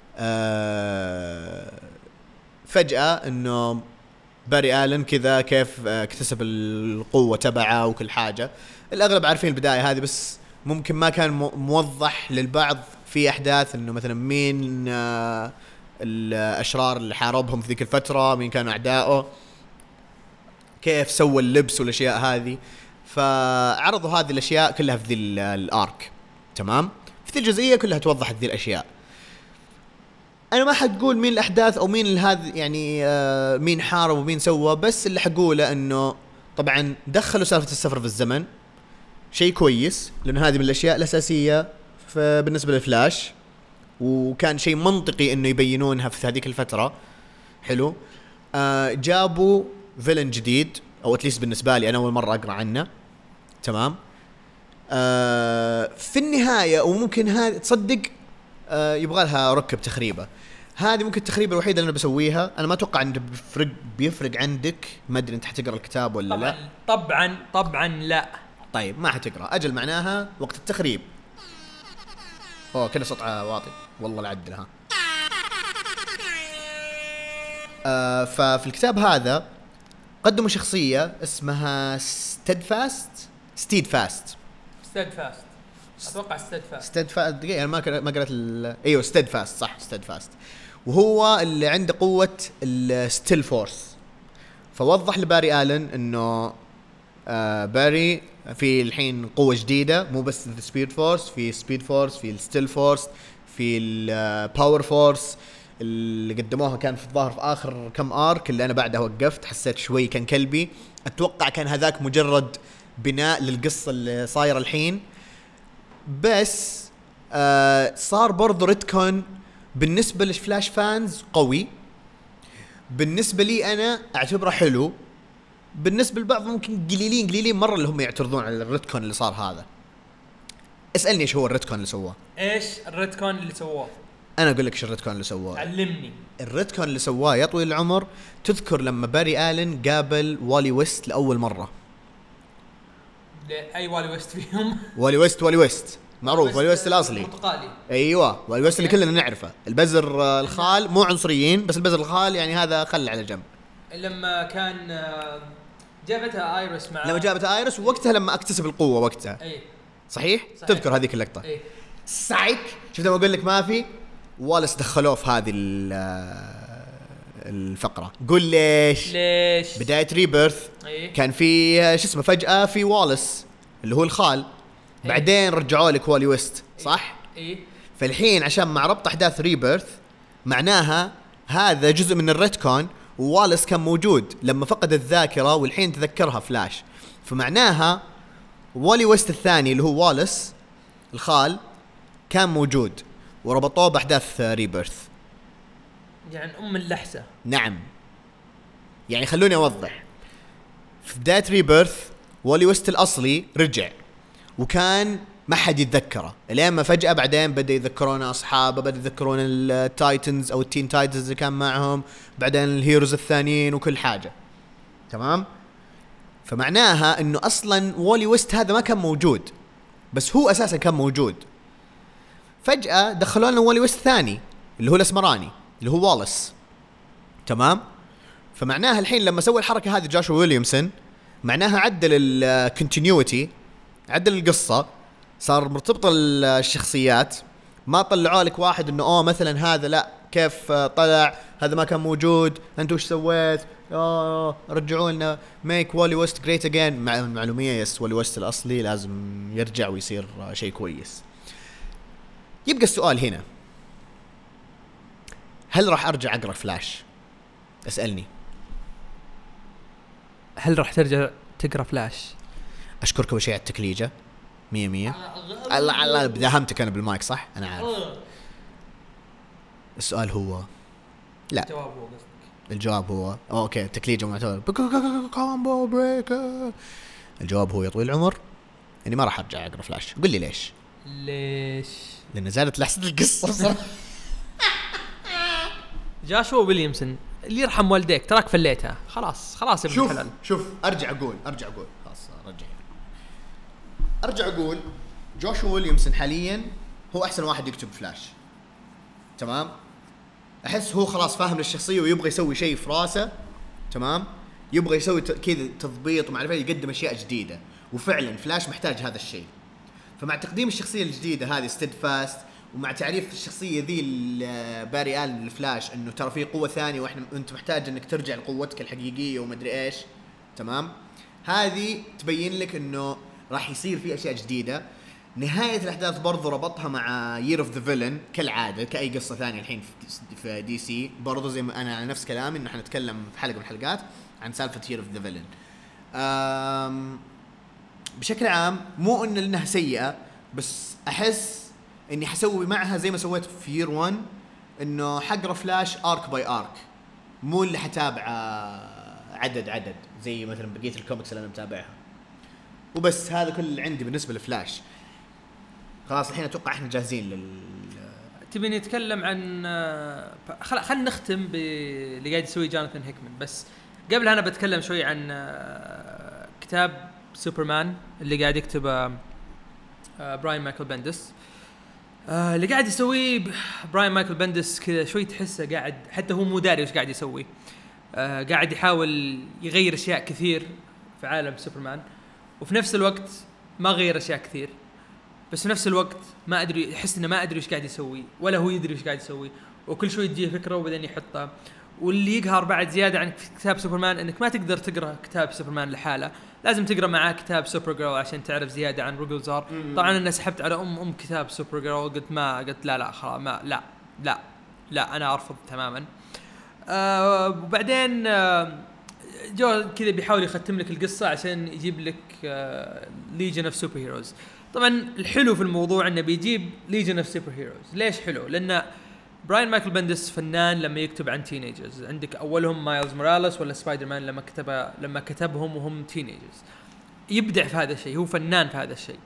آه فجأة إنه باري آلن كذا كيف اكتسب القوة تبعه وكل حاجة. الأغلب عارفين البداية هذه، بس ممكن ما كان موضح للبعض في أحداث إنه مثلا مين آه الأشرار اللي حاربهم في ذيك الفترة، مين كانوا أعدائه، كيف سوى اللبس والأشياء هذه. فعرضوا هذه الأشياء كلها في ذي الآرك. تمام. في ذي الجزئية كلها توضحت ذي الأشياء. أنا ما حتقول مين الأحداث أو مين هذا يعني آه مين حارب ومين سوى، بس اللي حقوله إنه طبعا دخلوا سالفة السفر في الزمن، شيء كويس لأن هذه من الأشياء الأساسية بالنسبة للفلاش، وكان شيء منطقي إنه يبينونها في هذيك الفترة. حلو. آه جابوا فيلن جديد، أو أتليس بالنسبة لي أنا أول مرة أقرأ عنه. تمام. آه في النهاية وممكن هذا تصدق آه يبغى لها ركب تخريبة. هذه ممكن التخريبة الوحيدة اللي أنا بسويها. أنا ما أتوقع أنه بيفرق بيفرق عندك، ما أدري أنت حتقرأ الكتاب ولا طبعًا لا. طبعا طبعا لا. طيب ما حتقرأ أجل، معناها وقت التخريب. أوه كده سطعة واطي والله العدلها. آه ففي الكتاب هذا قدموا شخصية اسمها ستيد فاست ستيد فاست ستيد فاست اتوقع ستيد فاست ستيد فاست دقيقة انا ما ما قرأت ال... ايوه ستيد فاست صح ستيد فاست. وهو اللي عنده قوة الستيل فورس. فوضح لباري آلن انه آه باري في الحين قوة جديدة، مو بس السبيد فورس، في سبيد فورس، في الستيل فورس، في الباور فورس. اللي قدموها كان في الظاهر في آخر كم آرك اللي أنا بعدها وقفت، حسيت شوي كان كلبي. أتوقع كان هذاك مجرد بناء للقصة اللي صايرة الحين، بس آه صار برضو ريتكون بالنسبة للفلاش فانز قوي. بالنسبة لي أنا أعتبره حلو، بالنسبة للبعض ممكن قليلين قليلين مرة اللي هم يعترضون على الريتكون اللي صار هذا. اسألني إيش هو الريتكون اللي سواه. إيش الريتكون اللي سواه؟ أنا أقول لك إيش الريتكون اللي سواه. علمني. الريتكون اللي سواه يا طويل العمر، تذكر لما باري آلن قابل والي ويست لأول مرة؟ أي والي ويست فيهم؟ والي ويست والي ويست معروف، والي ويست الأصلي البرتقالي. أيوة والي ويست اللي كلنا نعرفه. البزر آه الخال، مو عنصريين بس البزر الخال يعني هذا خل على جنب. لما كان جابتها آيرس مع لما جابتها آيرس وقتها لما اكتسب القوة وقتها. أي. صحيح؟, صحيح تذكر هذيك اللقطة. أي. سايك شفت ما أقول لك ما في والس دخلوه في هذه الفقرة. قول ليش؟ ليش؟ بداية ريبيرث أيه؟ كان في شو اسمه فجأة في والس اللي هو الخال. أيه؟ بعدين رجعوا لك والي ويست صح؟ أيه؟ فالحين عشان مع ربط أحداث ريبيرث معناها هذا جزء من الريتكون، ووالس كان موجود لما فقد الذاكرة والحين تذكرها فلاش. فمعناها والي ويست الثاني اللي هو والس الخال كان موجود وربطوه بأحداث ريبيرث. يعني أم اللحسة. نعم. يعني خلوني أوضح. في بداية ريبيرث والي ويست الأصلي رجع وكان ما حد يتذكره، لين ما فجأة بعدين بدأ يذكرون أصحابه، بدأ يذكرون التايتنز أو التين تايتنز اللي كان معهم، بعدين الهيروز الثانيين وكل حاجة. تمام. فمعناها إنه أصلاً والي ويست هذا ما كان موجود، بس هو أساساً كان موجود. فجأة دخلوا لنا والي ويست ثاني اللي هو الأسمراني اللي هو والس. تمام. فمعناها الحين لما سوى الحركة هذه جاشوا ويليامسون معناها عدل الكونتينيوتي، عدل القصة، صار مرتبطة الشخصيات. ما طلعوا لك واحد انه اوه مثلا هذا لا كيف طلع هذا ما كان موجود انت وش سويت، اه رجعوا لنا ميك والي ويست جريت اجين. مع المعلومية يس والي ويست الاصلي لازم يرجع ويصير شيء كويس. يبقى السؤال هنا، هل راح ارجع اقرا فلاش؟ اسألني. هل راح ترجع تقرا فلاش؟ اشكرك اول شيء على التكليجة مية مية. الله الله بداهمتك انا بالمايك صح انا عارف. السؤال هو لا، الجواب هو قصدك. الجواب هو اوكي تكليجة معتبر كومبو بريكر. الجواب هو يا طويل العمر اني ما راح ارجع اقرا فلاش. قل لي ليش؟ ليش؟ لان زادت لحظة القصة. جاشوا ويليامسون اللي يرحم والديك تراك فليتها خلاص خلاص يا ابن شوف الحلال. شوف ارجع اقول ارجع اقول خلاص ارجع ارجع اقول جوشوا ويليامسون حاليا هو احسن واحد يكتب فلاش. تمام. احس هو خلاص فاهم للشخصيه ويبغى يسوي شيء في راسه. تمام. يبغى يسوي كذا تضبيط ومعرفه يقدم اشياء جديده وفعلا فلاش محتاج هذا الشيء. فمع تقديم الشخصيه الجديده هذه ستيد فاست ومع تعريف الشخصيه ذي باري آل الفلاش انه ترى في قوه ثانيه واحنا انت محتاج انك ترجع لقوتك الحقيقيه وما ادري ايش. تمام. هذه تبين لك انه راح يصير في اشياء جديده. نهايه الاحداث برضو ربطها مع يير اوف ذا فيلن كالعاده كاي قصه ثانيه الحين في دي سي برضو زي ما انا على نفس كلامي انه حنتكلم في حلقه من الحلقات عن سالفه يير اوف ذا فيلن. بشكل عام مو ان انها سيئه بس احس اني حسوي معها زي ما سويت في يير واحد انه حقرا فلاش ارك باي ارك مو اللي حتابع عدد عدد زي مثلا بقيه الكوميكس اللي انا متابعها. وبس هذا كل اللي عندي بالنسبه لفلاش. خلاص الحين اتوقع احنا جاهزين لل تبي نتكلم عن خل خلينا نختم باللي قاعد يسوي جوناثان هيكمان. بس قبل انا بتكلم شوي عن كتاب سوبرمان اللي قاعد يكتبه براين مايكل بندس. اللي قاعد يسويه براين مايكل بندس كذا شوي تحسه قاعد حتى هو مو داري وش قاعد يسوي. قاعد يحاول يغير اشياء كثير في عالم سوبرمان وفي نفس الوقت ما غير اشياء كثير بس في نفس الوقت ما ادري يحس انه ما ادري ايش قاعد يسوي ولا هو يدري ايش قاعد يسوي وكل شوي تجيه فكره وبعدين يحطها. واللي يقهر بعد زياده عن كتاب سوبرمان انك ما تقدر تقرا كتاب سوبرمان لحاله لازم تقرا معاه كتاب سوبر جيرل عشان تعرف زياده عن روجلزار. طبعا انا سحبت على ام ام كتاب سوبر جيرل قلت ما قلت لا لا خلاص ما لا لا لا انا ارفض تماما. آه وبعدين آه جو كذا بيحاول يختم لك القصه عشان يجيب لك آه ليجن اوف سوبر هيروز. طبعا الحلو في الموضوع انه بيجيب ليجن اوف سوبر هيروز. ليش حلو؟ لان براين مايكل بندس فنان لما يكتب عن تينيجرز. عندك اولهم مايلز موراليس ولا سبايدر مان لما كتب لما كتبهم وهم تينيجرز يبدع في هذا الشيء. هو فنان في هذا الشيء.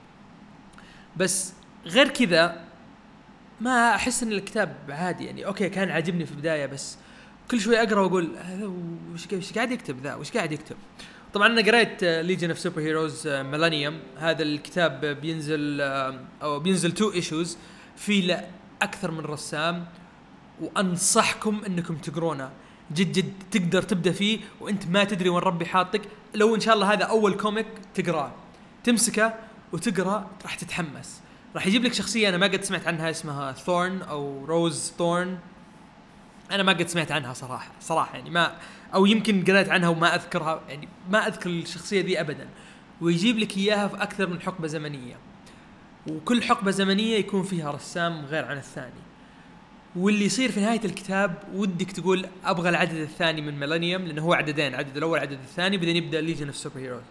بس غير كذا ما احس ان الكتاب عادي يعني اوكي كان عاجبني في البدايه بس كل شوي اقرا واقول وش وش قاعد يكتب ذا وش قاعد يكتب. طبعا انا قريت ليجن اوف سوبر هيروز ميلانيوم. هذا الكتاب بينزل او بينزل تو ايشوز في له اكثر من رسام وانصحكم انكم تقرونه جد جد. تقدر تبدا فيه وانت ما تدري وين ربي حاطك. لو ان شاء الله هذا اول كوميك تقراه تمسكه وتقرا راح تتحمس. راح يجيب لك شخصيه انا ما قد سمعت عنها اسمها ثورن او روز ثورن. انا ما قد سمعت عنها صراحه صراحه يعني ما او يمكن قرأت عنها وما اذكرها يعني ما اذكر الشخصيه دي ابدا. ويجيب لك اياها في اكثر من حقبه زمنيه وكل حقبه زمنيه يكون فيها رسام غير عن الثاني. واللي يصير في نهايه الكتاب ودك تقول ابغى العدد الثاني من ميلانيوم لانه هو عددين عدد الاول عدد الثاني بعدين يبدا ليجن اوف سوبر هيروز.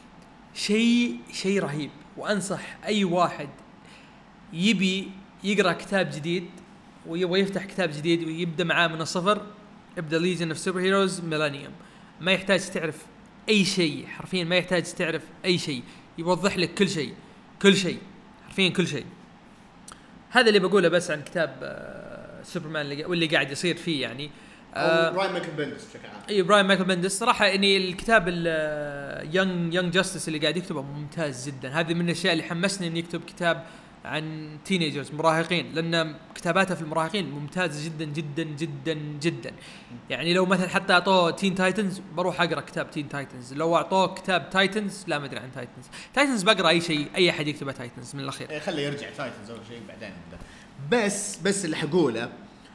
شيء شيء رهيب. وانصح اي واحد يبي يقرا كتاب جديد ويبغى يفتح كتاب جديد ويبدا معاه من الصفر ابدا ليجن اوف سوبر هيروز ميلانيوم. ما يحتاج تعرف اي شيء حرفيا ما يحتاج تعرف اي شيء. يوضح لك كل شيء كل شيء حرفيا كل شيء. هذا اللي بقوله بس عن كتاب آه سوبرمان اللي واللي قاعد يصير فيه يعني آه براين مايكل بندس بشكل عام. اي براين مايكل بندس صراحه اني الكتاب اليونج يونج جاستس اللي قاعد يكتبه ممتاز جدا. هذه من الاشياء اللي حمسني اني يكتب كتاب عن تينيجرز مراهقين لان كتاباته في المراهقين ممتازه جدا جدا جدا جدا. يعني لو مثلا حتى اعطوه تين تايتنز بروح اقرا كتاب تين تايتنز. لو اعطوه كتاب تايتنز لا ما ادري عن تايتنز. تايتنز بقرا اي شيء اي احد يكتبه تايتنز من الاخير. إيه خليه يرجع تايتنز اول شيء بعدين نبدا. بس بس اللي حقوله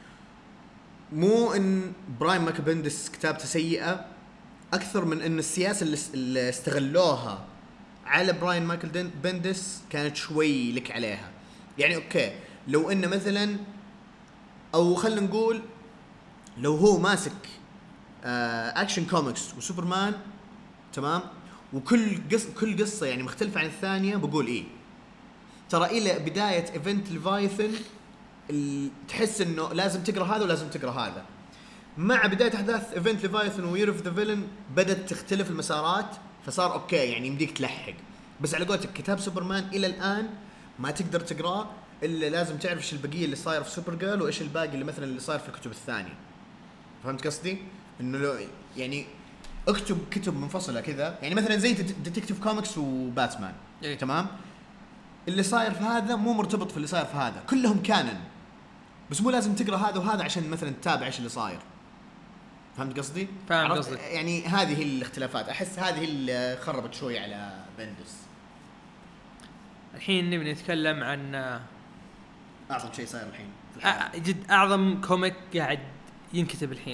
مو ان براين مايكل بندس كتابته سيئه اكثر من ان السياسه اللي, اللي استغلوها على براين مايكل بندس كانت شوي لك عليها. يعني اوكي لو انه مثلا او خلينا نقول لو هو ماسك آه اكشن كوميكس وسوبرمان تمام وكل قصة كل قصة يعني مختلفة عن الثانية بقول ايه ترى الى بداية ايفنت ليفايثن تحس انه لازم تقرا هذا ولازم تقرا هذا. مع بداية احداث ايفنت ليفايثن وير اوف ذا فيلن بدت تختلف المسارات فصار اوكي يعني يمديك تلحق. بس على قولتك كتاب سوبرمان الى الان ما تقدر تقراه الا لازم تعرف ايش البقيه اللي صاير في سوبر جيرل وايش الباقي اللي مثلا اللي صاير في الكتب الثانيه. فهمت قصدي؟ انه لو يعني اكتب كتب منفصله كذا، يعني مثلا زي ديتكتيف كوميكس وباتمان إيه؟ تمام، اللي صاير في هذا مو مرتبط في اللي صاير في هذا، كلهم كانن، بس مو لازم تقرا هذا وهذا عشان مثلا تتابع ايش اللي صاير. فهمت قصدي؟ فاهم قصدك. يعني هذه هي الاختلافات، احس هذه اللي خربت شوي على بندس. الحين نبي نتكلم عن اعظم شيء صاير الحين في أ... جد اعظم كوميك قاعد ينكتب الحين.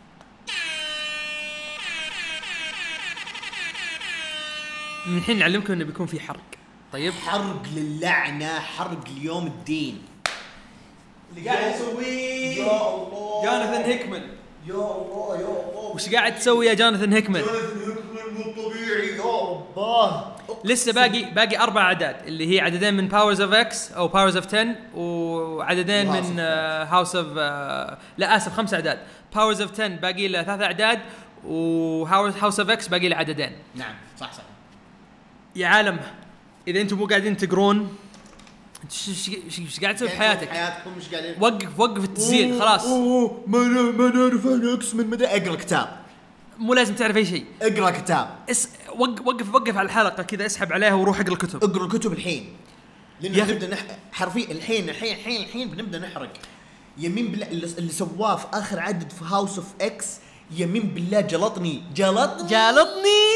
من الحين نعلمكم انه بيكون في حرق. طيب حرق للعنه، حرق اليوم الدين اللي قاعد يسويه يا الله جوناثان هيكمان. يا الله يا الله وش قاعد تسوي يا جوناثان هيكمان؟ جوناثان هيكمان مو طبيعي يا رباه. لسه باقي باقي اربع اعداد اللي هي عددين من باورز اوف اكس او باورز اوف عشرة وعددين من هاوس اوف لا اسف خمس اعداد. باورز اوف عشرة باقي له ثلاث اعداد وهاوس اوف اكس باقي له عددين. نعم صح صح. يا عالم اذا انتم مو قاعدين تقرون ايش قاعد تسوي في حياتك؟ حياتكم مش قاعدين. وقف وقف التسجيل خلاص. اوه ما ما نعرف انا اكس من مدى. اقرا كتاب، مو لازم تعرف اي شيء. اقرا كتاب. اس وقف وقف وقف على الحلقه كذا، اسحب عليها وروح اقرا الكتب. اقرا الكتب الحين لانه نبدا نح... حرفيا الحين الحين الحين الحين بنبدا نحرق. يمين بالله اللي, اللي سواه في اخر عدد في هاوس اوف اكس، يمين بالله جلطني جلطني جلطني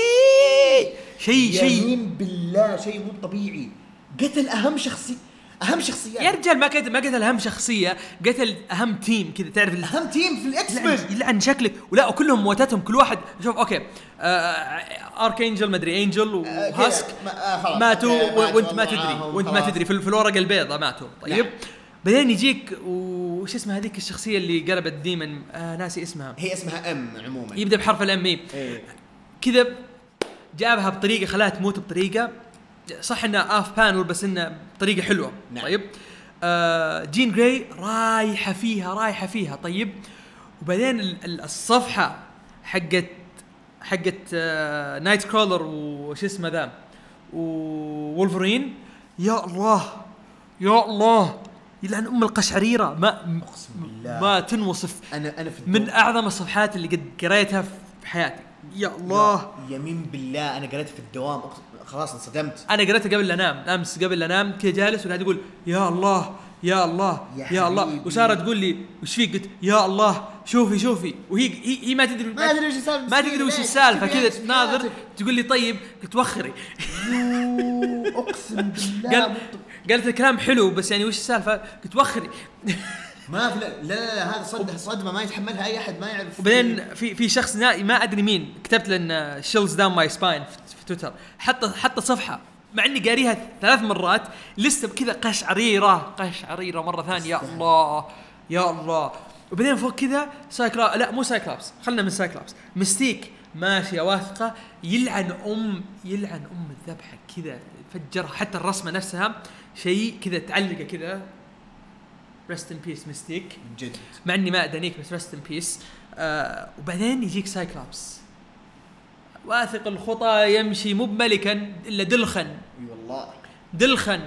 شيء شيء يمين بالله شيء مو طبيعي. قتل اهم شخصيه، اهم شخصيات يا رجال. ما قتل ما قتل اهم شخصيه، قتل اهم تيم كذا. تعرف اهم تيم في الاكس مان يلعن شكلك. ولا وكلهم موتاتهم كل واحد. شوف اوكي آه ارك انجل مدري انجل وهاسك آه ماتوا آه وانت ما تدري وانت ما تدري في الورقه البيضاء ماتوا. طيب نعم. بعدين يجيك وش اسمها هذيك الشخصيه اللي قلبت ديمن آه ناسي اسمها. هي اسمها ام عموما يبدا بحرف الام اي إيه. كذا جابها بطريقه خلاها تموت بطريقه صح انها اوف بانل بس انها بطريقه حلوه. نعم. طيب آه جين جراي رايحه فيها رايحه فيها. طيب وبعدين الصفحه حقت حقت آه نايت كرولر وش اسمه ذا وولفرين. يا الله يا الله يلعن ام القشعريره. ما اقسم بالله ما تنوصف. انا انا في من اعظم الصفحات اللي قد قريتها في حياتي. يا الله يمين بالله انا قريتها في الدوام خلاص انصدمت. انا قريتها قبل لا انام امس قبل لا انام كذا جالس وقاعد يقول يا الله يا الله يا, يا الله. وساره تقول لي وش فيك؟ قلت يا الله شوفي شوفي. وهي هي, هي ما تدري ما تدري وش السالفه ما تدري وش السالفه كذا تناظر تقول لي طيب. قلت وخري اقسم بالله قال قالت الكلام حلو بس يعني وش السالفه؟ قلت وخري ما في لا لا, لا هذا صدق صدمه ما يتحملها اي احد ما يعرف. وبعدين في في شخص ما ادري مين كتبت لنا شيلز داون ماي سباين في تويتر حط حط صفحه مع اني قاريها ثلاث مرات لسه بكذا قشعريره قشعريره مره ثانيه. يا الله يا الله. وبعدين فوق كذا سايكلا لا مو سايكلابس خلنا من سايكلابس مستيك ماشيه واثقه يلعن ام يلعن ام الذبحه كذا فجرها. حتى الرسمه نفسها شيء كذا تعلقه كذا رست ان بيس مستيك جد مع اني ما ادانيك بس رست ان بيس. آه وبعدين يجيك سايكلابس واثق الخطى يمشي مو بملكا الا دلخن. اي والله دلخن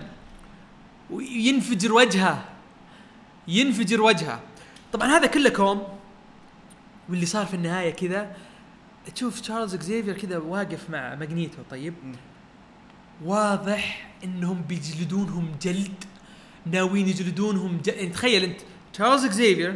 وينفجر وجهه ينفجر وجهه. طبعا هذا كله كوم. واللي صار في النهايه كذا تشوف تشارلز اكزيفير كذا واقف مع ماغنيتو. طيب م. واضح انهم بيجلدونهم جلد ناويين يجلدونهم جلد. يعني تخيل انت تشارلز اكزيفير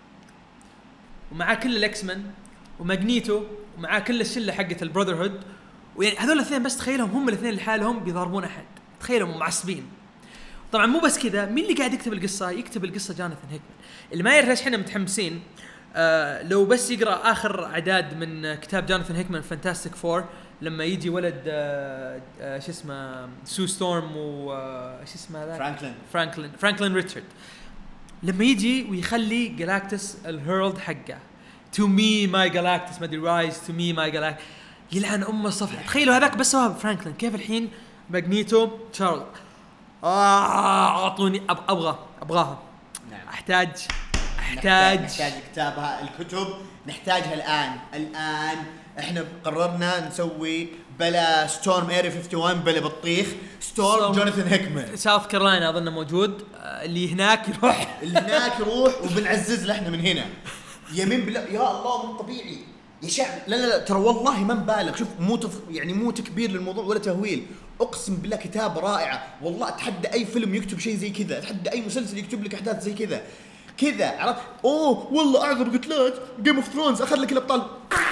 ومعاه كل الاكسمن وماغنيتو ومعاه كل الشله حقه البراذر هود ويعني هذول الاثنين بس تخيلهم هم الاثنين لحالهم بيضربون احد. تخيلهم معصبين. طبعا مو بس كذا. مين اللي قاعد يكتب القصه؟ يكتب القصه جوناثان هيكمان. اللي ما يعرف ليش احنا متحمسين آه لو بس يقرا اخر اعداد من كتاب جوناثان هيكمان فانتاستيك فور لما يجي ولد آه آه شو اسمه سو ستورم وش اسمه هذا فرانكلين فرانكلين فرانكلين ريتشارد لما يجي ويخلي جالاكتس الهيرلد حقه تو مي ماي جالاكتس ما ادري رايز تو مي ماي جالاكتس يلعن ام الصفحه. تخيلوا هذاك بس سواه فرانكلين. كيف الحين ماغنيتو تشارلز آه اعطوني أب ابغى ابغاها. نعم. احتاج احتاج نحتاج كتابها الكتب نحتاجها الان الان. احنا قررنا نسوي بلا ستورم ايري واحد وخمسين بلا بطيخ ستورم جوناثان هيكمان. ساوث كارولاينا اظن موجود. اللي هناك يروح اللي هناك يروح وبنعزز له احنا من هنا. يمين بالله يا الله مو طبيعي. يا شعب لا لا لا ترى والله ما مبالغ. شوف مو تف... يعني مو تكبير للموضوع ولا تهويل، اقسم بالله كتاب رائعه والله. اتحدى اي فيلم يكتب شيء زي كذا، اتحدى اي مسلسل يكتب لك احداث زي كذا كذا، عرفت؟ اوه والله اعظم قتلات جيم اوف ثرونز، اخذ لك الابطال.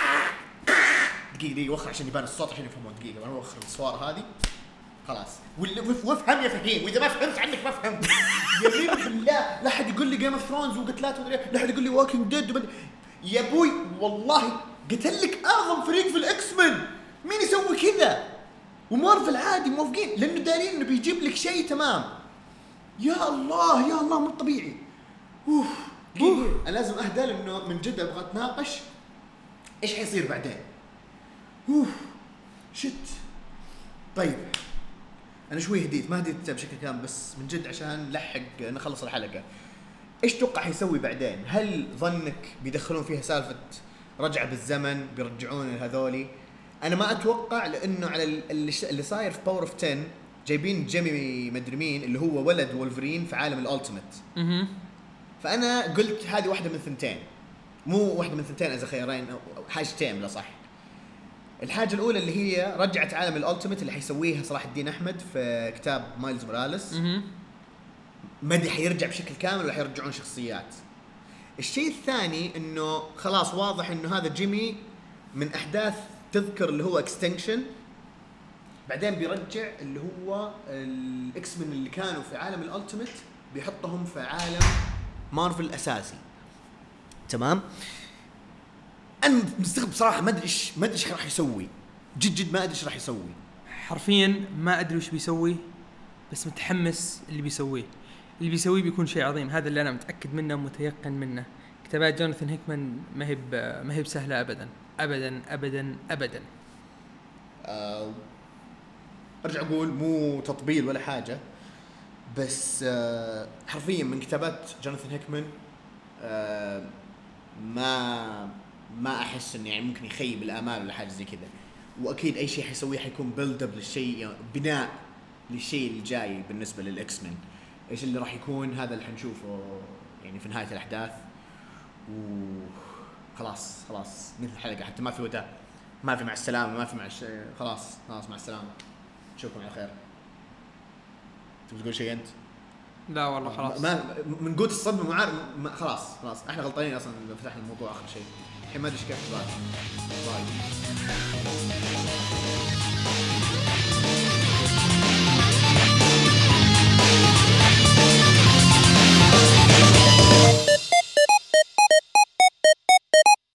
دقيقه دقيقه وخر عشان يبان الصوت عشان يفهمون. دقيقه انا وخر الصور هذه خلاص. وافهم يا فهيم، واذا ما فهمت عنك ما فهمت. يمين بالله لا حد يقول لي جيم اوف ثرونز وقتلات ولا لا حد يقول لي واكينج ديد. يا ابوي والله قتل لك اعظم فريق في الاكس مان، مين يسوي كذا؟ ومارفل عادي موافقين لانه دارين انه بيجيب لك شيء تمام. يا الله يا الله مو طبيعي. اوف أوه. انا لازم اهدى لانه من جد ابغى اتناقش ايش حيصير بعدين. اوف شت. طيب انا شوي هديت، ما هديت بشكل كامل بس من جد عشان نلحق نخلص الحلقه. ايش توقع حيسوي بعدين؟ هل ظنك بيدخلون فيها سالفه رجعه بالزمن، بيرجعون هذولي؟ انا ما اتوقع لانه على اللي صاير في باور اوف عشرة جايبين جيمي مدري مين اللي هو ولد وولفرين في عالم الالتيميت. اها فانا قلت هذه واحده من ثنتين، مو واحده من ثنتين اذا خيارين او حاجتين بلا صح. الحاجه الاولى اللي هي رجعت عالم الالتيميت اللي حيسويها صلاح الدين احمد في كتاب مايلز موراليس. اها مدي حيرجع بشكل كامل ولا حيرجعون شخصيات. الشيء الثاني انه خلاص واضح انه هذا جيمي من احداث تذكر اللي هو اكستنكشن، بعدين بيرجع اللي هو الاكس من اللي كانوا في عالم الالتيميت بيحطهم في عالم مارفل الاساسي. تمام. انا مستغرب بصراحه، ما ادري ايش ما ادري ايش راح يسوي، جد جد ما ادري ايش راح يسوي حرفيا، ما ادري وش بيسوي بس متحمس اللي بيسويه. اللي بيسويه بيكون شيء عظيم، هذا اللي انا متاكد منه متيقن منه. كتابات جوناثان هيكمان ما هي ما هي بسهله ابدا ابدا ابدا ابدا. أه ارجع اقول مو تطبيل ولا حاجه، بس أه حرفيا من كتابات جوناثان هيكمان أه ما ما احس انه يعني ممكن يخيب الامال ولا حاجه زي كذا. واكيد اي شيء حيسويه حيكون بيلد اب للشيء، يعني بناء للشيء الجاي بالنسبه للاكس مان. ايش اللي راح يكون هذا اللي حنشوفه يعني في نهايه الاحداث. وخلاص خلاص مثل الحلقه حتى ما في وداع، ما في مع السلامه، ما في مع الشيء، خلاص خلاص مع السلامه، نشوفكم على خير. تبغى تقول شيء انت؟ لا والله خلاص، ما من قوه الصدمه معار خلاص خلاص احنا غلطانين اصلا فتحنا الموضوع اخر شيء الحين، ما ادري ايش كيف. باي.